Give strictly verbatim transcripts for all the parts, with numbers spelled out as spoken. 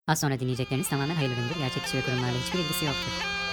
Az sonra dinleyecekleriniz tamamen hayırlı üründür. Gerçek kişi ve kurumlarla hiçbir ilgisi yoktur.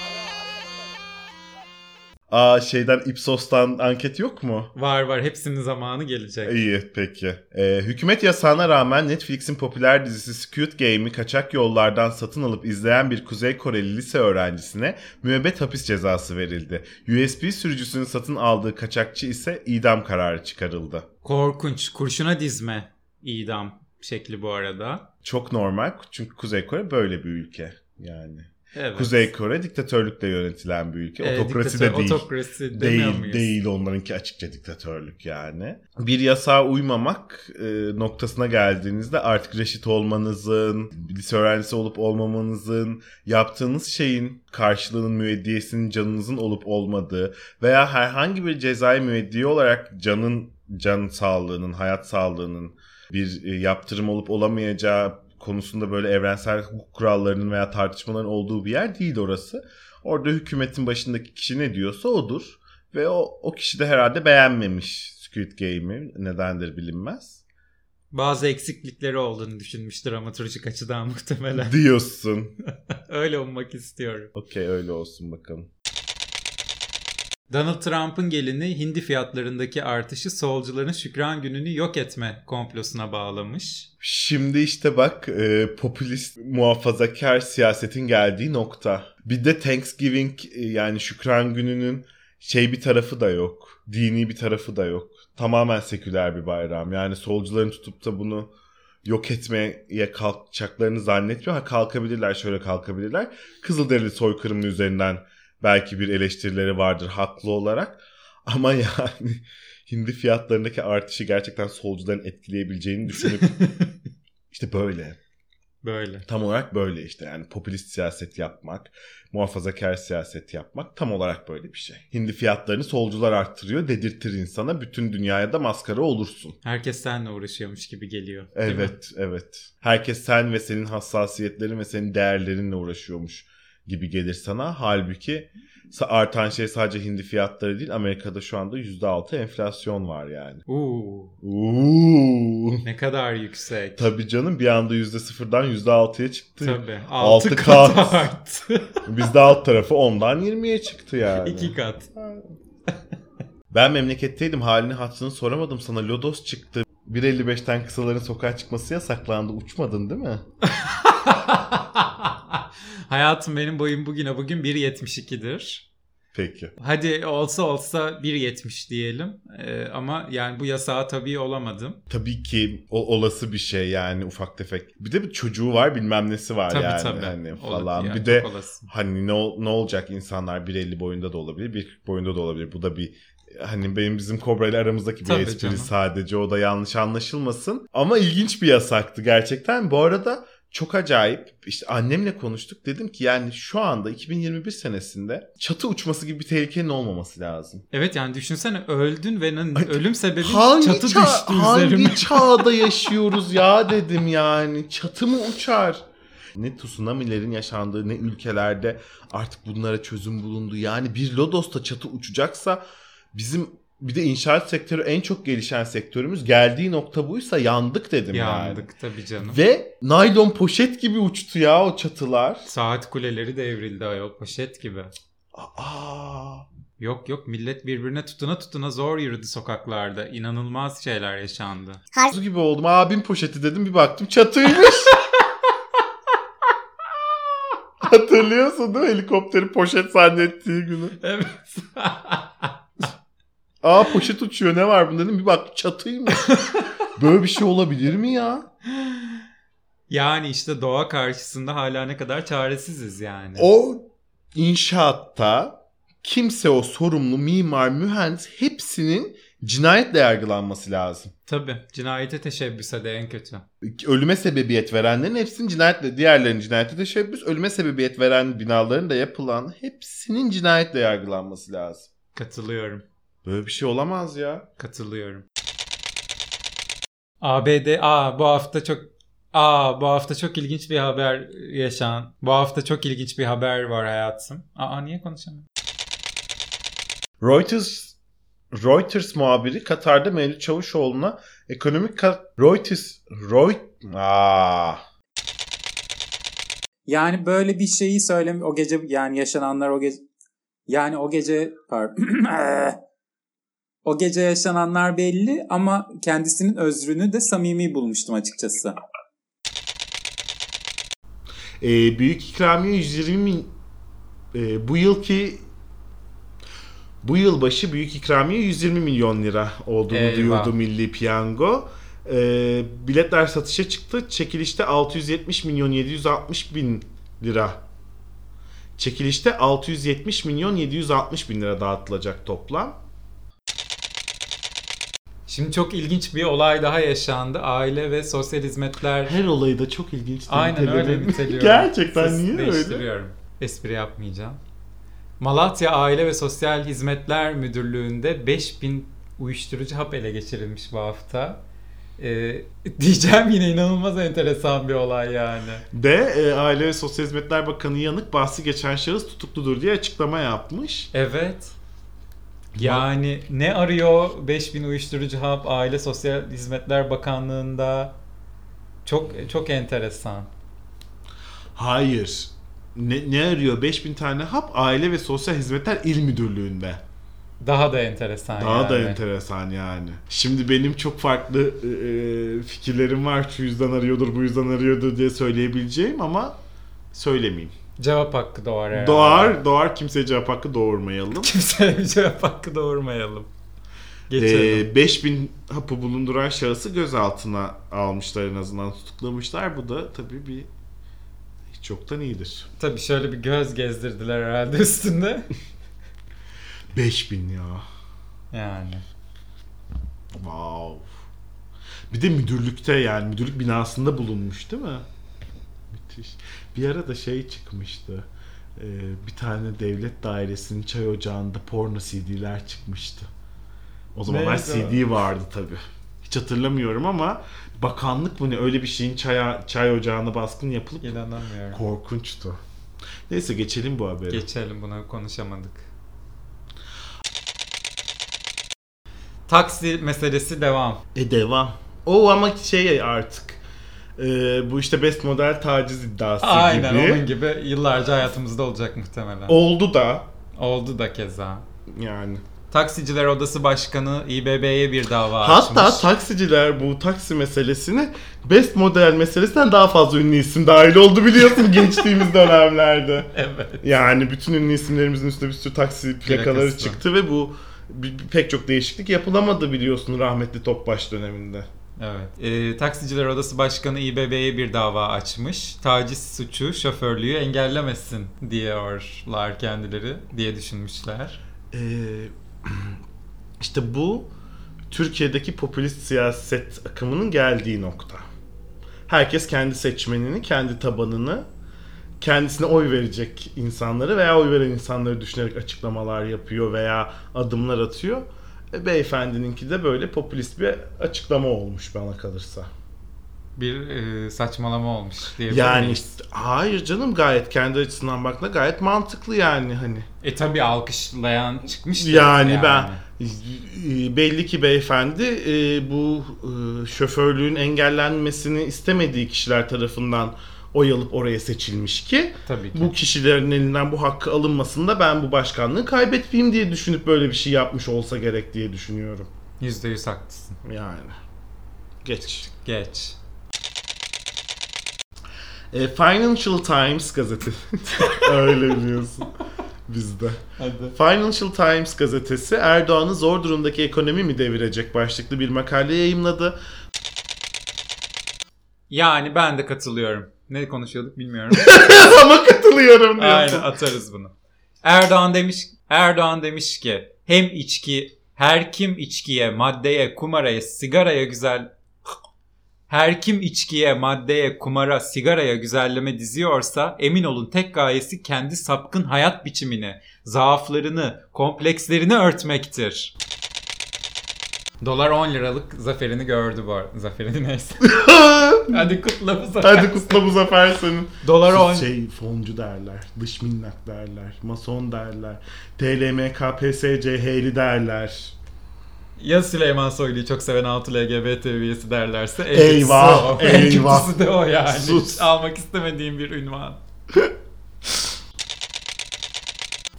Aa şeyden Ipsos'tan anket yok mu? Var var, hepsinin zamanı gelecek. İyi peki. Ee, hükümet yasağına rağmen Netflix'in popüler dizisi Squid Game'i kaçak yollardan satın alıp izleyen bir Kuzey Koreli lise öğrencisine müebbet hapis cezası verildi. U S B sürücüsünün satın aldığı kaçakçı ise idam kararı çıkarıldı. Korkunç. Kurşuna dizme idam şekli bu arada. Çok normal çünkü Kuzey Kore böyle bir ülke yani. Evet. Kuzey Kore diktatörlükle yönetilen bir ülke. Ee, Otokrasi diktatör, de değil. Otokrasi değil, muyuz? değil onlarınki açıkça diktatörlük yani. Bir yasağa uymamak e, noktasına geldiğinizde artık reşit olmanızın, lise öğrencisi olup olmamanızın, yaptığınız şeyin karşılığının müeddiyesinin canınızın olup olmadığı veya herhangi bir cezai müeddiye olarak canın, can sağlığının, hayat sağlığının bir e, yaptırım olup olamayacağı konusunda böyle evrensel hukuk kurallarının veya tartışmaların olduğu bir yer değil orası. Orada hükümetin başındaki kişi ne diyorsa odur. Ve o, o kişi de herhalde beğenmemiş Squid Game'i. Nedendir bilinmez. Bazı eksiklikleri olduğunu düşünmüş dramaturjik açıdan muhtemelen. Diyorsun. Öyle ummak istiyorum. Okey, öyle olsun bakalım. Donald Trump'ın gelini hindi fiyatlarındaki artışı solcuların Şükran Günü'nü yok etme komplosuna bağlamış. Şimdi işte bak e, popülist muhafazakar siyasetin geldiği nokta. Bir de Thanksgiving e, yani Şükran Günü'nün şey bir tarafı da yok. Dini bir tarafı da yok. Tamamen seküler bir bayram. Yani solcuların tutup da bunu yok etmeye kalkacaklarını zannetmiyor. Ha, kalkabilirler, şöyle kalkabilirler. Kızılderili soykırımı üzerinden belki bir eleştirileri vardır haklı olarak. Ama yani hindi fiyatlarındaki artışı gerçekten solcuların etkileyebileceğini düşünüp işte böyle. Böyle. Tam olarak böyle işte yani popülist siyaset yapmak, muhafazakar siyaset yapmak tam olarak böyle bir şey. Hindi fiyatlarını solcular arttırıyor, dedirtir insana, bütün dünyaya da maskara olursun. Herkes seninle uğraşıyormuş gibi geliyor. Evet, evet. Herkes sen ve senin hassasiyetlerin ve senin değerlerinle uğraşıyormuş gibi gelir sana. Halbuki artan şey sadece hindi fiyatları değil. Amerika'da şu anda yüzde altı enflasyon var yani. Uuu. Uuu. Ne kadar yüksek. Tabii canım, bir anda yüzde sıfırdan yüzde altıya çıktı. Tabii. altı kat, kat arttı. Bizde alt tarafı ondan yirmiye çıktı yani. iki kat. Ben memleketteydim, halini hatırını soramadım sana. Lodos çıktı. bir elli beşten kısaların sokağa çıkması yasaklandı. Uçmadın değil mi? Hayatım, benim boyum bugüne bugün bir yetmiş ikidir. Peki. Hadi olsa olsa bir yetmiş diyelim. Ee, ama yani bu yasağa tabii olamadım. Tabii ki o olası bir şey yani, ufak tefek. Bir de bir çocuğu var, bilmem nesi var tabii, yani. Tabii hani falan. Yani, bir de hani ne, ne olacak, insanlar bir elli boyunda da olabilir, bir kırk boyunda da olabilir. Bu da bir hani benim bizim Kobra ile aramızdaki bir tabii espri canım. Sadece o da yanlış anlaşılmasın. Ama ilginç bir yasaktı gerçekten. Bu arada çok acayip. İşte annemle konuştuk. Dedim ki yani şu anda iki bin yirmi bir senesinde çatı uçması gibi bir tehlikenin olmaması lazım. Evet yani düşünsene, öldün ve ölüm sebebin hangi çatı ça- düştü hangi üzerime. Hangi çağda yaşıyoruz ya dedim yani. Çatı mı uçar? Ne tsunamilerin yaşandığı, ne ülkelerde artık bunlara çözüm bulundu. Yani bir Lodos'ta çatı uçacaksa bizim... Bir de inşaat sektörü en çok gelişen sektörümüz. Geldiği nokta buysa yandık dedim yandık, yani. Yandık tabii canım. Ve naylon poşet gibi uçtu ya o çatılar. Saat kuleleri devrildi ayol, poşet gibi. Aa. Yok yok, millet birbirine tutuna tutuna zor yürüdü sokaklarda. İnanılmaz şeyler yaşandı. Karsu gibi oldum. Abim poşeti dedim, bir baktım çatıymış. Hatırlıyorsun değil mi helikopteri poşet zannettiği günü? Evet. Aa, poşet uçuyor, ne var bunda dedim, bir bak çatıymış. Böyle bir şey olabilir mi ya? Yani işte doğa karşısında hala ne kadar çaresiziz yani. O inşaatta kimse, o sorumlu mimar, mühendis, hepsinin cinayetle yargılanması lazım. Tabii, cinayete teşebbüse de en kötü. Ölüme sebebiyet verenlerin hepsinin cinayetle, diğerlerinin cinayete teşebbüs, ölüme sebebiyet veren binaların da yapılan hepsinin cinayetle yargılanması lazım. Katılıyorum. Böyle bir şey olamaz ya. Katılıyorum. A B D, aa bu hafta çok aa bu hafta çok ilginç bir haber yaşan. Bu hafta çok ilginç bir haber var hayatım. Aa niye konuşamıyorum? Reuters Reuters muhabiri Katar'da Mevlüt Çavuşoğlu'na ekonomik ka- Reuters Reut aa Yani böyle bir şeyi söylem o gece yani yaşananlar o gece yani o gece pardon o gece yaşananlar belli ama kendisinin özrünü de samimi bulmuştum açıkçası. Ee, büyük ikramiye yüz yirmi min e, bu yılki bu yıl başı büyük ikramiye yüz yirmi milyon lira olduğunu Eyvah. duyurdu Milli Piyango. Ee, biletler satışa çıktı. Çekilişte altı yüz yetmiş milyon yedi yüz altmış bin lira. Çekilişte altı yüz yetmiş milyon yedi yüz altmış bin lira dağıtılacak toplam. Şimdi çok ilginç bir olay daha yaşandı. Aile ve Sosyal Hizmetler... Her olayı da çok ilginç. Aynen öyle niteliyorum. Gerçekten Ses niye öyle? değiştiriyorum. Espri yapmayacağım. Malatya Aile ve Sosyal Hizmetler Müdürlüğü'nde beş bin uyuşturucu hap ele geçirilmiş bu hafta. Ee, diyeceğim yine inanılmaz enteresan bir olay yani. De e, Aile ve Sosyal Hizmetler Bakanı Yanık bahsi geçen şahıs tutukludur diye açıklama yapmış. Evet. Yani ne arıyor beş bin uyuşturucu hap Aile Sosyal Hizmetler Bakanlığı'nda? Çok çok enteresan. Hayır. Ne, ne arıyor? beş bin tane hap Aile ve Sosyal Hizmetler İl Müdürlüğü'nde. Daha da enteresan Daha yani. da enteresan yani. Şimdi benim çok farklı e, fikirlerim var. Şu yüzden arıyordur, bu yüzden arıyordur diye söyleyebileceğim ama söylemeyeyim. Cevap hakkı doğar herhalde. Doğar, doğar. Kimseye cevap hakkı doğurmayalım. Kimseye bir cevap hakkı doğurmayalım. Geçelim. E, beş bin hapı bulunduran şahısı gözaltına almışlar, en azından tutuklamışlar. Bu da tabii bir hiç yoktan iyidir. Tabii şöyle bir göz gezdirdiler herhalde üstünde. beş bin ya. Yani. Wow. Bir de müdürlükte, yani müdürlük binasında bulunmuş değil mi? Müthiş. Bir ara da şey çıkmıştı. Ee, bir tane devlet dairesinin çay ocağında porno C D'ler çıkmıştı. O zamanlar Neydi C D vardı tabii. Hiç hatırlamıyorum ama bakanlık mı ne, öyle bir şeyin çaya, çay ocağına baskın yapılıp İnanamıyorum. korkunçtu. Neyse geçelim bu habere. Geçelim, bunu konuşamadık. Taksi meselesi devam. E devam. O ama şey artık e, bu işte best model taciz iddiası Aynen gibi. onun gibi yıllarca hayatımızda olacak muhtemelen. Oldu da Oldu da keza. yani. Taksiciler Odası Başkanı İ B B'ye bir dava açmış. Hatta taksiciler bu taksi meselesini best model meselesinden daha fazla ünlü isim dahil oldu biliyorsun geçtiğimiz dönemlerde. Evet. Yani bütün ünlü isimlerimizin üstüne bir sürü taksi plakaları Plakası. çıktı ve bu bir, bir- pek çok değişiklik yapılamadı biliyorsun rahmetli Topbaş döneminde. Evet. Ee, Taksiciler Odası Başkanı İ B B'ye bir dava açmış. Taciz suçu şoförlüğü engellemesin diyorlar kendileri diye düşünmüşler. Ee, işte bu Türkiye'deki popülist siyaset akımının geldiği nokta. Herkes kendi seçmenini, kendi tabanını, kendisine oy verecek insanları veya oy veren insanları düşünerek açıklamalar yapıyor veya adımlar atıyor. E, beyefendininki de böyle popülist bir açıklama olmuş bana kalırsa. Bir e, saçmalama olmuş diyebilir Yani miyiz? işte, hayır canım, gayet kendi açısından baktığında gayet mantıklı yani hani. E tabi alkışlayan çıkmıştı. Yani, ben e, belli ki beyefendi e, bu e, şoförlüğün engellenmesini istemediği kişiler tarafından oy alıp oraya seçilmiş ki Tabii ki. bu kişilerin elinden bu hakkı alınmasında ben bu başkanlığı kaybetmeyeyim diye düşünüp böyle bir şey yapmış olsa gerek diye düşünüyorum. yüzde yüz haklısın. Yani. Geç. Geç. E, Financial Times gazetesi. Öyle biliyorsun bizde. Hadi. Financial Times gazetesi Erdoğan'ı zor durumdaki ekonomi mi devirecek başlıklı bir makale yayımladı. Yani ben de katılıyorum. Ne konuşuyorduk bilmiyorum. Ama katılıyorum diyorsun. Aynen, atarız bunu. Erdoğan demiş Erdoğan demiş ki hem içki her kim içkiye, maddeye, kumaraya, sigaraya güzel her kim içkiye, maddeye, kumara, sigaraya güzelleme diziyorsa emin olun tek gayesi kendi sapkın hayat biçimini, zaaflarını, komplekslerini örtmektir. Dolar on liralık zaferini gördü bu arada. Zaferini neyse. Hadi kutla bu zafer. Hadi kutla bu zafer senin. Dolar on. Şey foncu derler, dış minnak derler, mason derler, T L M K P S C H'li derler. Ya Süleyman Soylu'yu çok seven altı L G B T üyesi derlerse Eyvah, o. eyvah. En kötüsü de o yani. Sus. Hiç almak istemediğim bir ünvan.